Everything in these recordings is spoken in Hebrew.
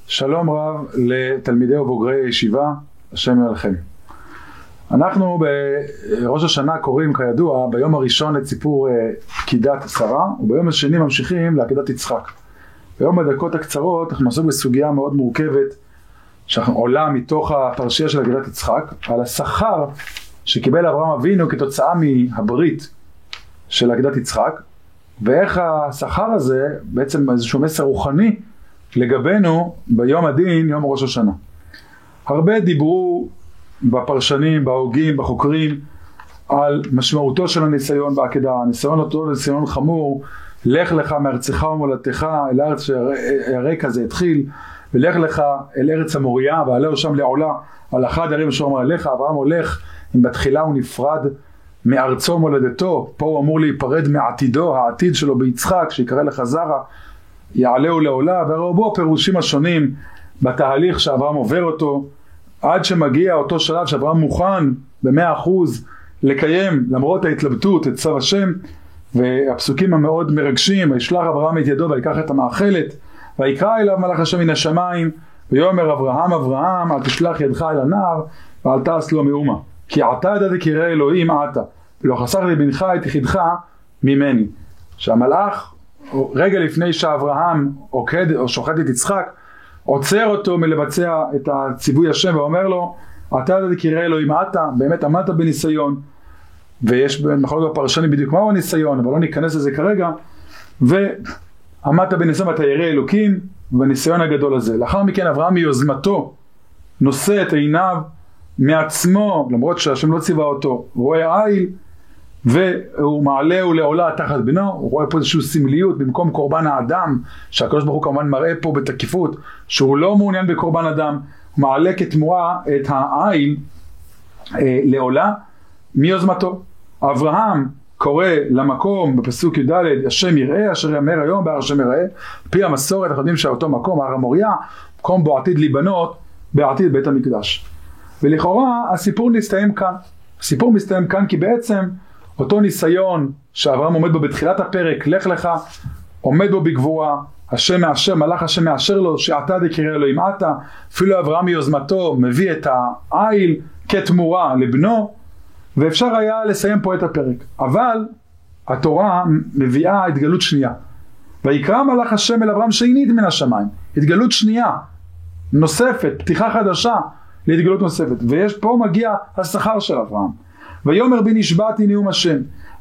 שלום רב לתלמידי ובוגרי ישיבה, השם עליכם. אנחנו בראש השנה קוראים כידוע ביום הראשון את סיפור פקידת שרה, וביום השני ממשיכים לעקדת יצחק. ביום הדקות הקצרות אנחנו נעסוק בסוגיה מאוד מורכבת שעולה מתוך הפרשייה של עקדת יצחק, על השכר שקיבל אברהם אבינו כתוצאה מהברית של עקדת יצחק, ואיך השכר הזה בעצם איזשהו מסר רוחני לגבינו ביום הדין, יום ראש השנה. הרבה דיברו בפרשנים, בהוגים, בחוקרים, על משמעותו של הניסיון בעקדה. הניסיון אותו ניסיון חמור, לך לך מארצך ומולדתך אל הארץ שהרקע הזה התחיל, ולך לך אל ארץ המוריה ועלהו שם לעולה על אחד הערים אשר אמר עליך. אברהם הולך, אם בתחילה הוא נפרד מארצו ומולדתו, פה הוא אמור להיפרד מעתידו, העתיד שלו ביצחק שיקרא לך זרע, יעלהו לעולה, והרבו הפירושים השונים בתהליך שאברהם עובר אותו, עד שמגיע אותו שלב שאברהם מוכן ב100% לקיים למרות ההתלבטות את צו השם, והפסוקים המאוד מרגשים, וישלח אברהם את ידו ויקח את המאכלת, ויקרא אליו מלאך השם מן השמיים, ויאמר אברהם אברהם אל תשלח ידך אל הנער ואל תעש לו מאומה, כי עתה ידעתי כי ירא אלוהים עתה, ולא חסך לבנך את יחידך ממני. שהמלאך רגע לפני שאברהם עוקד או שוחט את יצחק, עוצר אותו מלבצע את הציווי השם ואומר לו, אתה ידעתי כי ירא אלוהים עתה, באמת עמדת בניסיון, ויש מחלוקת בפרשנים בדיוק מהו הניסיון, אבל לא ניכנס לזה כרגע, ועמדת בניסיון ואתה ירא אלוקים בניסיון הגדול הזה. לאחר מכן אברהם מיוזמתו נושא את עיניו מעצמו, למרות שהשם לא ציווה אותו, רואה עיל, והוא מעלהו לעולה תחת בנו. הוא רואה פה איזושהי סמליות במקום קורבן האדם, שהקדוש ברוך הוא כמובן מראה פה בתקיפות שהוא לא מעוניין בקורבן אדם, הוא מעלה כתמורה את העיל לעולה מיוזמתו. אברהם קורא למקום בפסוק י"ד השם יראה אשר יאמר היום בהר השם יראה. פי המסורת אנחנו יודעים שאותו מקום הר המוריה, מקום בו עתיד להיבנות בעתיד בית המקדש. ולכאורה הסיפור מסתיים כאן. הסיפור מסתיים כאן כי בעצם אותו ניסיון שאברהם עומד בו בתחילת הפרק, לך לך, עומד בו בגבורה, השם מאשר, מלאך השם מאשר לו, שעתה דקרא אלוהים עתה, אפילו אברהם מיוזמתו מביא את העיל כתמורה לבנו, ואפשר היה לסיים פה את הפרק. אבל התורה מביאה התגלות שנייה. ויקרא מלאך השם אל אברהם שנית מן השמיים. התגלות שנייה, נוספת, פתיחה חדשה להתגלות נוספת. ויש פה מגיע השכר של אברהם. ויאמר בי נשבעתי נאום השם,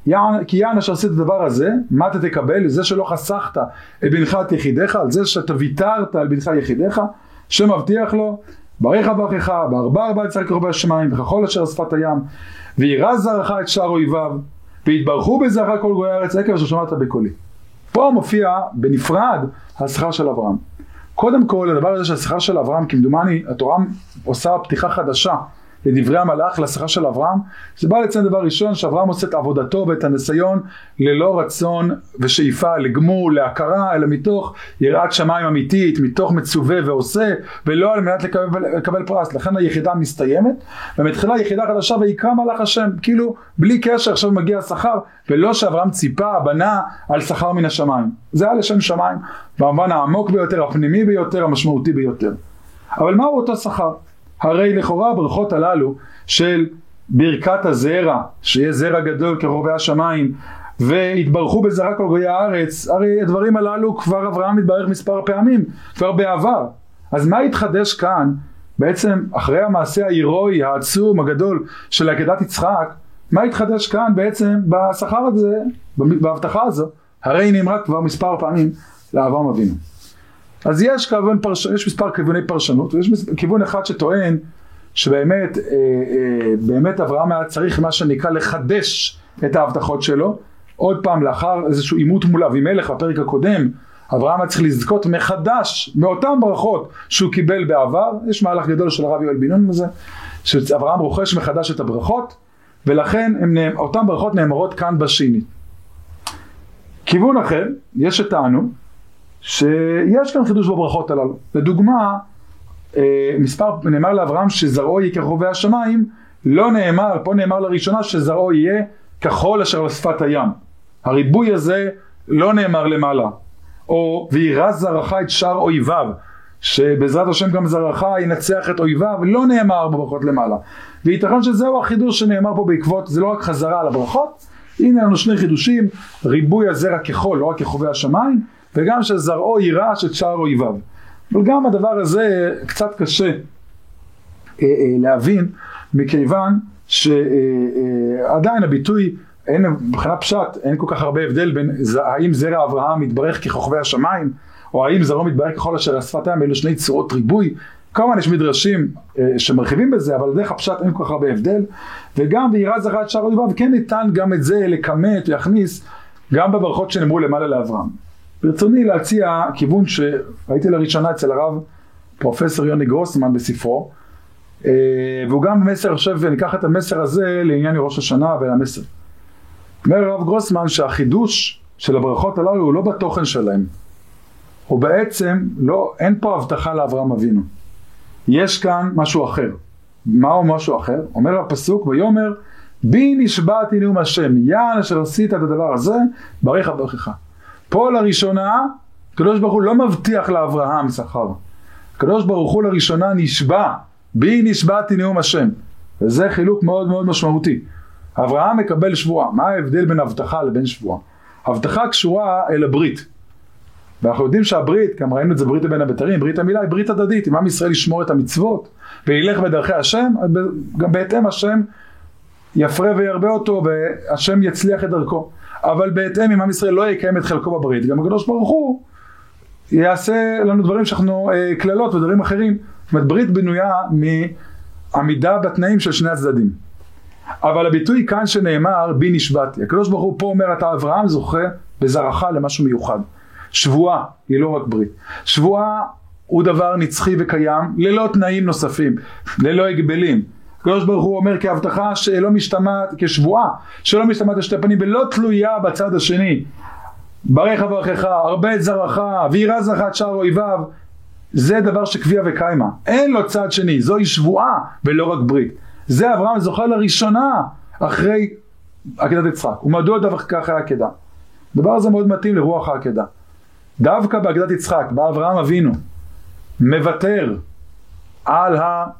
כי יען אשר עשית את הדבר הזה, מה אתה תקבל? זה שלא חסכת את בנך את יחידך, על זה שאתה ויתרת על בנך יחידך, שם מבטיח לו, ברך ברכך, בארבע יצחק קרובי השמיים, וככל אשר שפת הים, וירא זרעך את שאר אויביו, והתברכו בזרעך כל גויי הארץ, עקב אשר שמעת בקולי. פה מופיע בנפרד השכר של אברהם. קודם כל, הדבר הזה של השכר של אברהם, כמדומני, התורה עושה פתיחה חדשה לדברי המלאך לשכר של אברהם. זה בא לציין דבר ראשון שאברהם עושה את עבודתו ואת הניסיון ללא רצון ושאיפה לגמול, להכרה, אלא מתוך יראת שמיים אמיתית, מתוך מצווה ועושה, ולא על מנת לקבל פרס. לכן היחידה מסתיימת ומתחילה יחידה חדשה, ויקרא מלאך השם, כאילו בלי קשר עכשיו מגיע השכר, ולא שאברהם ציפה, בנה על שכר מן השמיים. זה היה לשם שמיים, במובן העמוק ביותר, הפנימי ביותר, המשמעותי ביותר. אבל מהו אותו שכר? הרי לכאורה הברכות הללו של ברכת הזרע, שיהיה זרע גדול כרובי השמיים, והתברכו בזרע כל גויי הארץ, הרי הדברים הללו כבר אברהם מתברך מספר פעמים, כבר בעבר. אז מה התחדש כאן? בעצם אחרי המעשה ההירואי, העצום, הגדול של עקדת יצחק, מה התחדש כאן בעצם בשכר הזה, בהבטחה הזו? הרי נאמרה כבר מספר פעמים לאברהם אבינו. אז יש מספר כיווני פרשנות, ויש כיוון אחד שטוען שבאמת באמת אברהם היה צריך מה שנקרא לחדש את ההבטחות שלו, עוד פעם לאחר איזשהו עימות מול אבימלך בפרק הקודם, אברהם היה צריך לזכות מחדש מאותן ברכות שהוא קיבל בעבר. יש מהלך גדול של הרב יואל בן נון בזה, שאברהם רוכש מחדש את הברכות, ולכן אותן ברכות נאמרות כאן בשנית. כיוון אחר, יש שטענו שיש כאן חידוש בברכות הללו. לדוגמה, נאמר לאברהם שזרעו יהיה כרובי השמיים, לא נאמר, פה נאמר לראשונה שזרעו יהיה כחול אשר על שפת הים. הריבוי הזה לא נאמר למעלה. או וירא זרעך את שאר אויביו, שבעזרת השם גם זרעך ינצח את אויביו, לא נאמר בברכות למעלה. וייתכן שזהו החידוש שנאמר פה בעקבות, זה לא רק חזרה על הברכות, הנה לנו שני חידושים, ריבוי הזרע כחול, לא רק כחובי השמיים, וגם שזרעו יירש את שאר אויביו. אבל גם הדבר הזה קצת קשה להבין, מכיוון שעדיין הביטוי, מבחינה פשט, אין כל כך הרבה הבדל בין האם זרע אברהם מתברך ככוכבי השמיים, או האם זרעו מתברך ככל אשר על שפת הים, אלו שני צורות ריבוי. כמובן יש מדרשים שמרחיבים בזה, אבל דרך הפשט אין כל כך הרבה הבדל. וגם וירא זרע את שאר אויביו, כן ניתן גם את זה לכמת ויכניס גם בברכות שנאמרו למעלה לאברהם. ברצוני להציע כיוון שראיתי לראשונה אצל הרב פרופסור יוני גרוסמן בספרו, והוא גם מסר, עכשיו ניקח את המסר הזה לעניין ראש השנה ולמסר. אומר הרב גרוסמן שהחידוש של הברכות הללו הוא לא בתוכן שלהם, הוא בעצם לא, אין פה הבטחה לאברהם אבינו, יש כאן משהו אחר. מהו משהו אחר? אומר הפסוק ויאמר בי נשבעתי נאום השם, יען אשר עשית את הדבר הזה ברך אברכך. פה לראשונה הקדוש ברוך הוא לא מבטיח לאברהם שכר, הקדוש ברוך הוא לראשונה נשבע, בי נשבעתי נאום השם, וזה חילוק מאוד מאוד משמעותי. אברהם מקבל שבועה. מה ההבדל בין הבטחה לבין שבועה? הבטחה קשורה אל הברית, ואנחנו יודעים שהברית, גם ראינו את זה ברית בין הבתרים, ברית המילה היא ברית הדדית. אם עם ישראל ישמור את המצוות וילך בדרכי השם, גם בהתאם השם יפרה וירבה אותו והשם יצליח את דרכו. אבל בהתאם אם עם ישראל לא יקיים את חלקו בברית, גם הקדוש ברוך הוא יעשה לנו דברים שאנחנו כללות ודברים אחרים. זאת אומרת, ברית בנויה מעמידה בתנאים של שני הצדדים. אבל הביטוי כאן שנאמר בי נשבעתי, הקדוש ברוך הוא פה אומר אתה אברהם זוכה בזרעך למשהו מיוחד. שבועה היא לא רק ברית, שבועה הוא דבר נצחי וקיים ללא תנאים נוספים, ללא הגבלים. הקדוש ברוך הוא אומר כהבטחה שלא משתמעת, כשבועה שלא משתמעת לשתי פנים ולא תלויה בצד השני. ברך אברכך, הרבה את זרעך, וירא זרעך את שאר אויביו. זה דבר שקביע וקיימה, אין לו צד שני, זוהי שבועה ולא רק ברית. זה אברהם זוכה לראשונה אחרי עקדת יצחק. ומדוע דווקא אחרי העקדה? הדבר הזה מאוד מתאים לרוח העקדה. דווקא בעקדת יצחק, באברהם אבינו מוותר על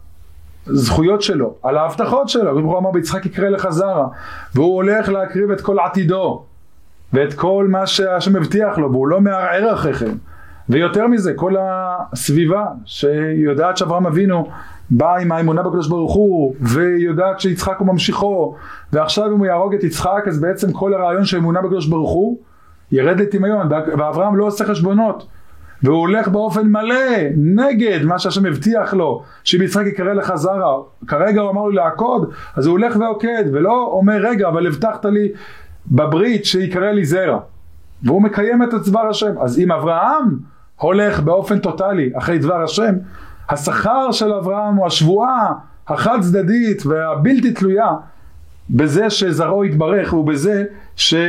הזכויות שלו, על ההבטחות שלו. הוא אמר ביצחק יקרא לך זרע, והוא הולך להקריב את כל עתידו ואת כל מה שהשם מבטיח לו, והוא לא מערער אחריכם. ויותר מזה, כל הסביבה שיודעת שאברהם אבינו בא עם האמונה בקדוש ברוך הוא, ויודעת שיצחק הוא ממשיכו, ועכשיו אם הוא יהרוג את יצחק, אז בעצם כל הרעיון של אמונה בקדוש ברוך הוא ירד לטמיון, ואברהם לא עושה חשבונות, והוא הולך באופן מלא נגד מה שהשם הבטיח לו, שביצחק יקרא לך זרע. כרגע הוא אמר לו לעקוד, אז הוא הולך ועוקד, ולא אומר רגע, אבל הבטחת לי בברית שיקרא לי זרע, והוא מקיים את דבר השם. אז אם אברהם הולך באופן טוטלי אחרי דבר השם, השכר של אברהם הוא השבועה החד צדדית והבלתי תלויה בזה שזרעו יתברך, ובזה שהוא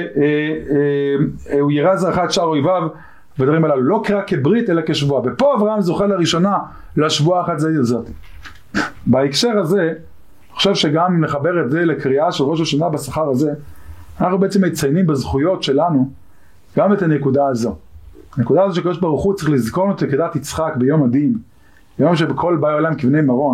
ירא זרעך את שאר אויביו, ודברים הללו לא קרא כברית אלא כשבועה. ופה אברהם זוכה לראשונה לשבועה החד צדדית הזאת. בהקשר הזה אני חושב שגם אם נחבר את זה לקריאה של ראש השנה בשכר הזה, אנחנו בעצם מציינים בזכויות שלנו גם את הנקודה הזו. הנקודה הזו שקדוש ברוך הוא צריך לזכור לנו את עקדת יצחק ביום הדין, יום שבכל באי עולם כבני מרון,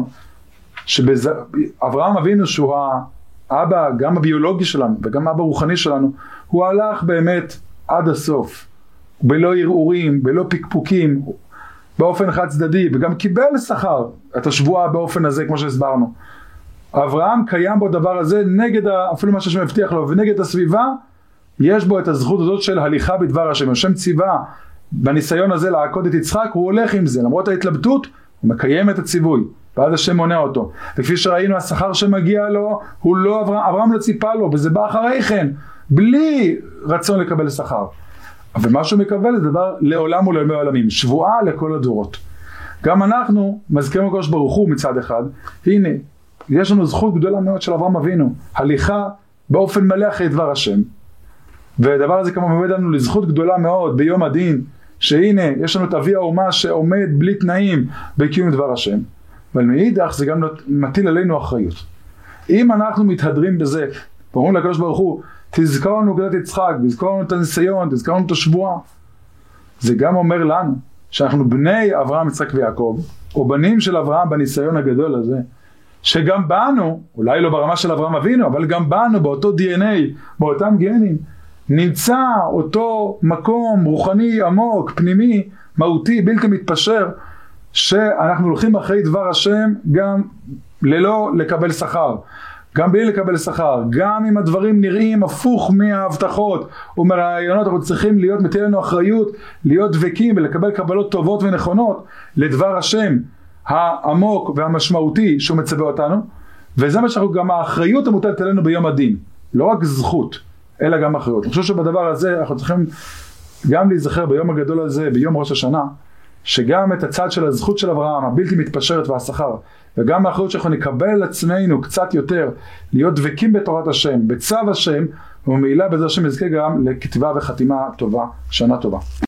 שאברהם אבינו שהוא האבא גם הביולוגי שלנו וגם האבא הרוחני שלנו, הוא הלך באמת עד הסוף, בלא ערעורים, בלא פקפוקים, באופן חד צדדי, וגם קיבל שכר את השבועה באופן הזה כמו שהסברנו. אברהם קיים בו דבר הזה נגד אפילו מה שהשם הבטיח לו, ונגד הסביבה יש בו את הזכות הזאת של הליכה בדבר השם. השם ציווה בניסיון הזה לעקוד את יצחק, הוא הולך עם זה, למרות ההתלבטות הוא מקיים את הציווי, ואז השם מונע אותו. וכפי שראינו, השכר שמגיע לו, הוא לא אברהם לא ציפה לו, וזה בא אחרי כן, בלי רצון לקבל שכר. אבל מה שהוא מקבל זה דבר לעולם ולעולמי עולמים, שבועה לכל הדורות. גם אנחנו מזכירים לקדוש ברוך הוא מצד אחד, הנה, יש לנו זכות גדולה מאוד של אברהם אבינו, הליכה באופן מלא אחרי דבר השם. ודבר הזה כמובן מביא לנו לזכות גדולה מאוד ביום הדין, שהנה יש לנו את אבי האומה שעומד בלי תנאים בקיום דבר השם. אבל מאידך זה גם מטיל עלינו אחריות. אם אנחנו מתהדרים בזה, ואומרים לקדוש ברוך הוא, תזכור לנו עקדת יצחק, תזכור לנו את הניסיון, תזכור לנו את השבועה, זה גם אומר לנו שאנחנו בני אברהם, יצחק ויעקב, או בנים של אברהם בניסיון הגדול הזה, שגם בנו, אולי לא ברמה של אברהם אבינו, אבל גם בנו, באותו DNA, באותם גנים, נמצא אותו מקום רוחני עמוק, פנימי, מהותי, בלתי מתפשר, שאנחנו הולכים אחרי דבר השם גם ללא לקבל שכר, גם בלי לקבל שכר, גם אם הדברים נראים הפוך מההבטחות ומהרעיונות, אנחנו צריכים להיות, מטיל לנו אחריות, להיות דבקים ולקבל קבלות טובות ונכונות לדבר השם העמוק והמשמעותי שהוא מצווה אותנו, וזה מה שאנחנו, גם האחריות המוטלת עלינו ביום הדין, לא רק זכות, אלא גם אחריות. אני חושב שבדבר הזה אנחנו צריכים גם להיזכר ביום הגדול הזה, ביום ראש השנה, שגם את הצד של הזכות של אברהם, הבלתי מתפשרת והשכר, וגם האחריות שאנחנו נקבל על עצמנו קצת יותר, להיות דבקים בתורת השם, בצו השם, וממילא בעזרת השם נזכה גם לכתיבה וחתימה טובה, שנה טובה.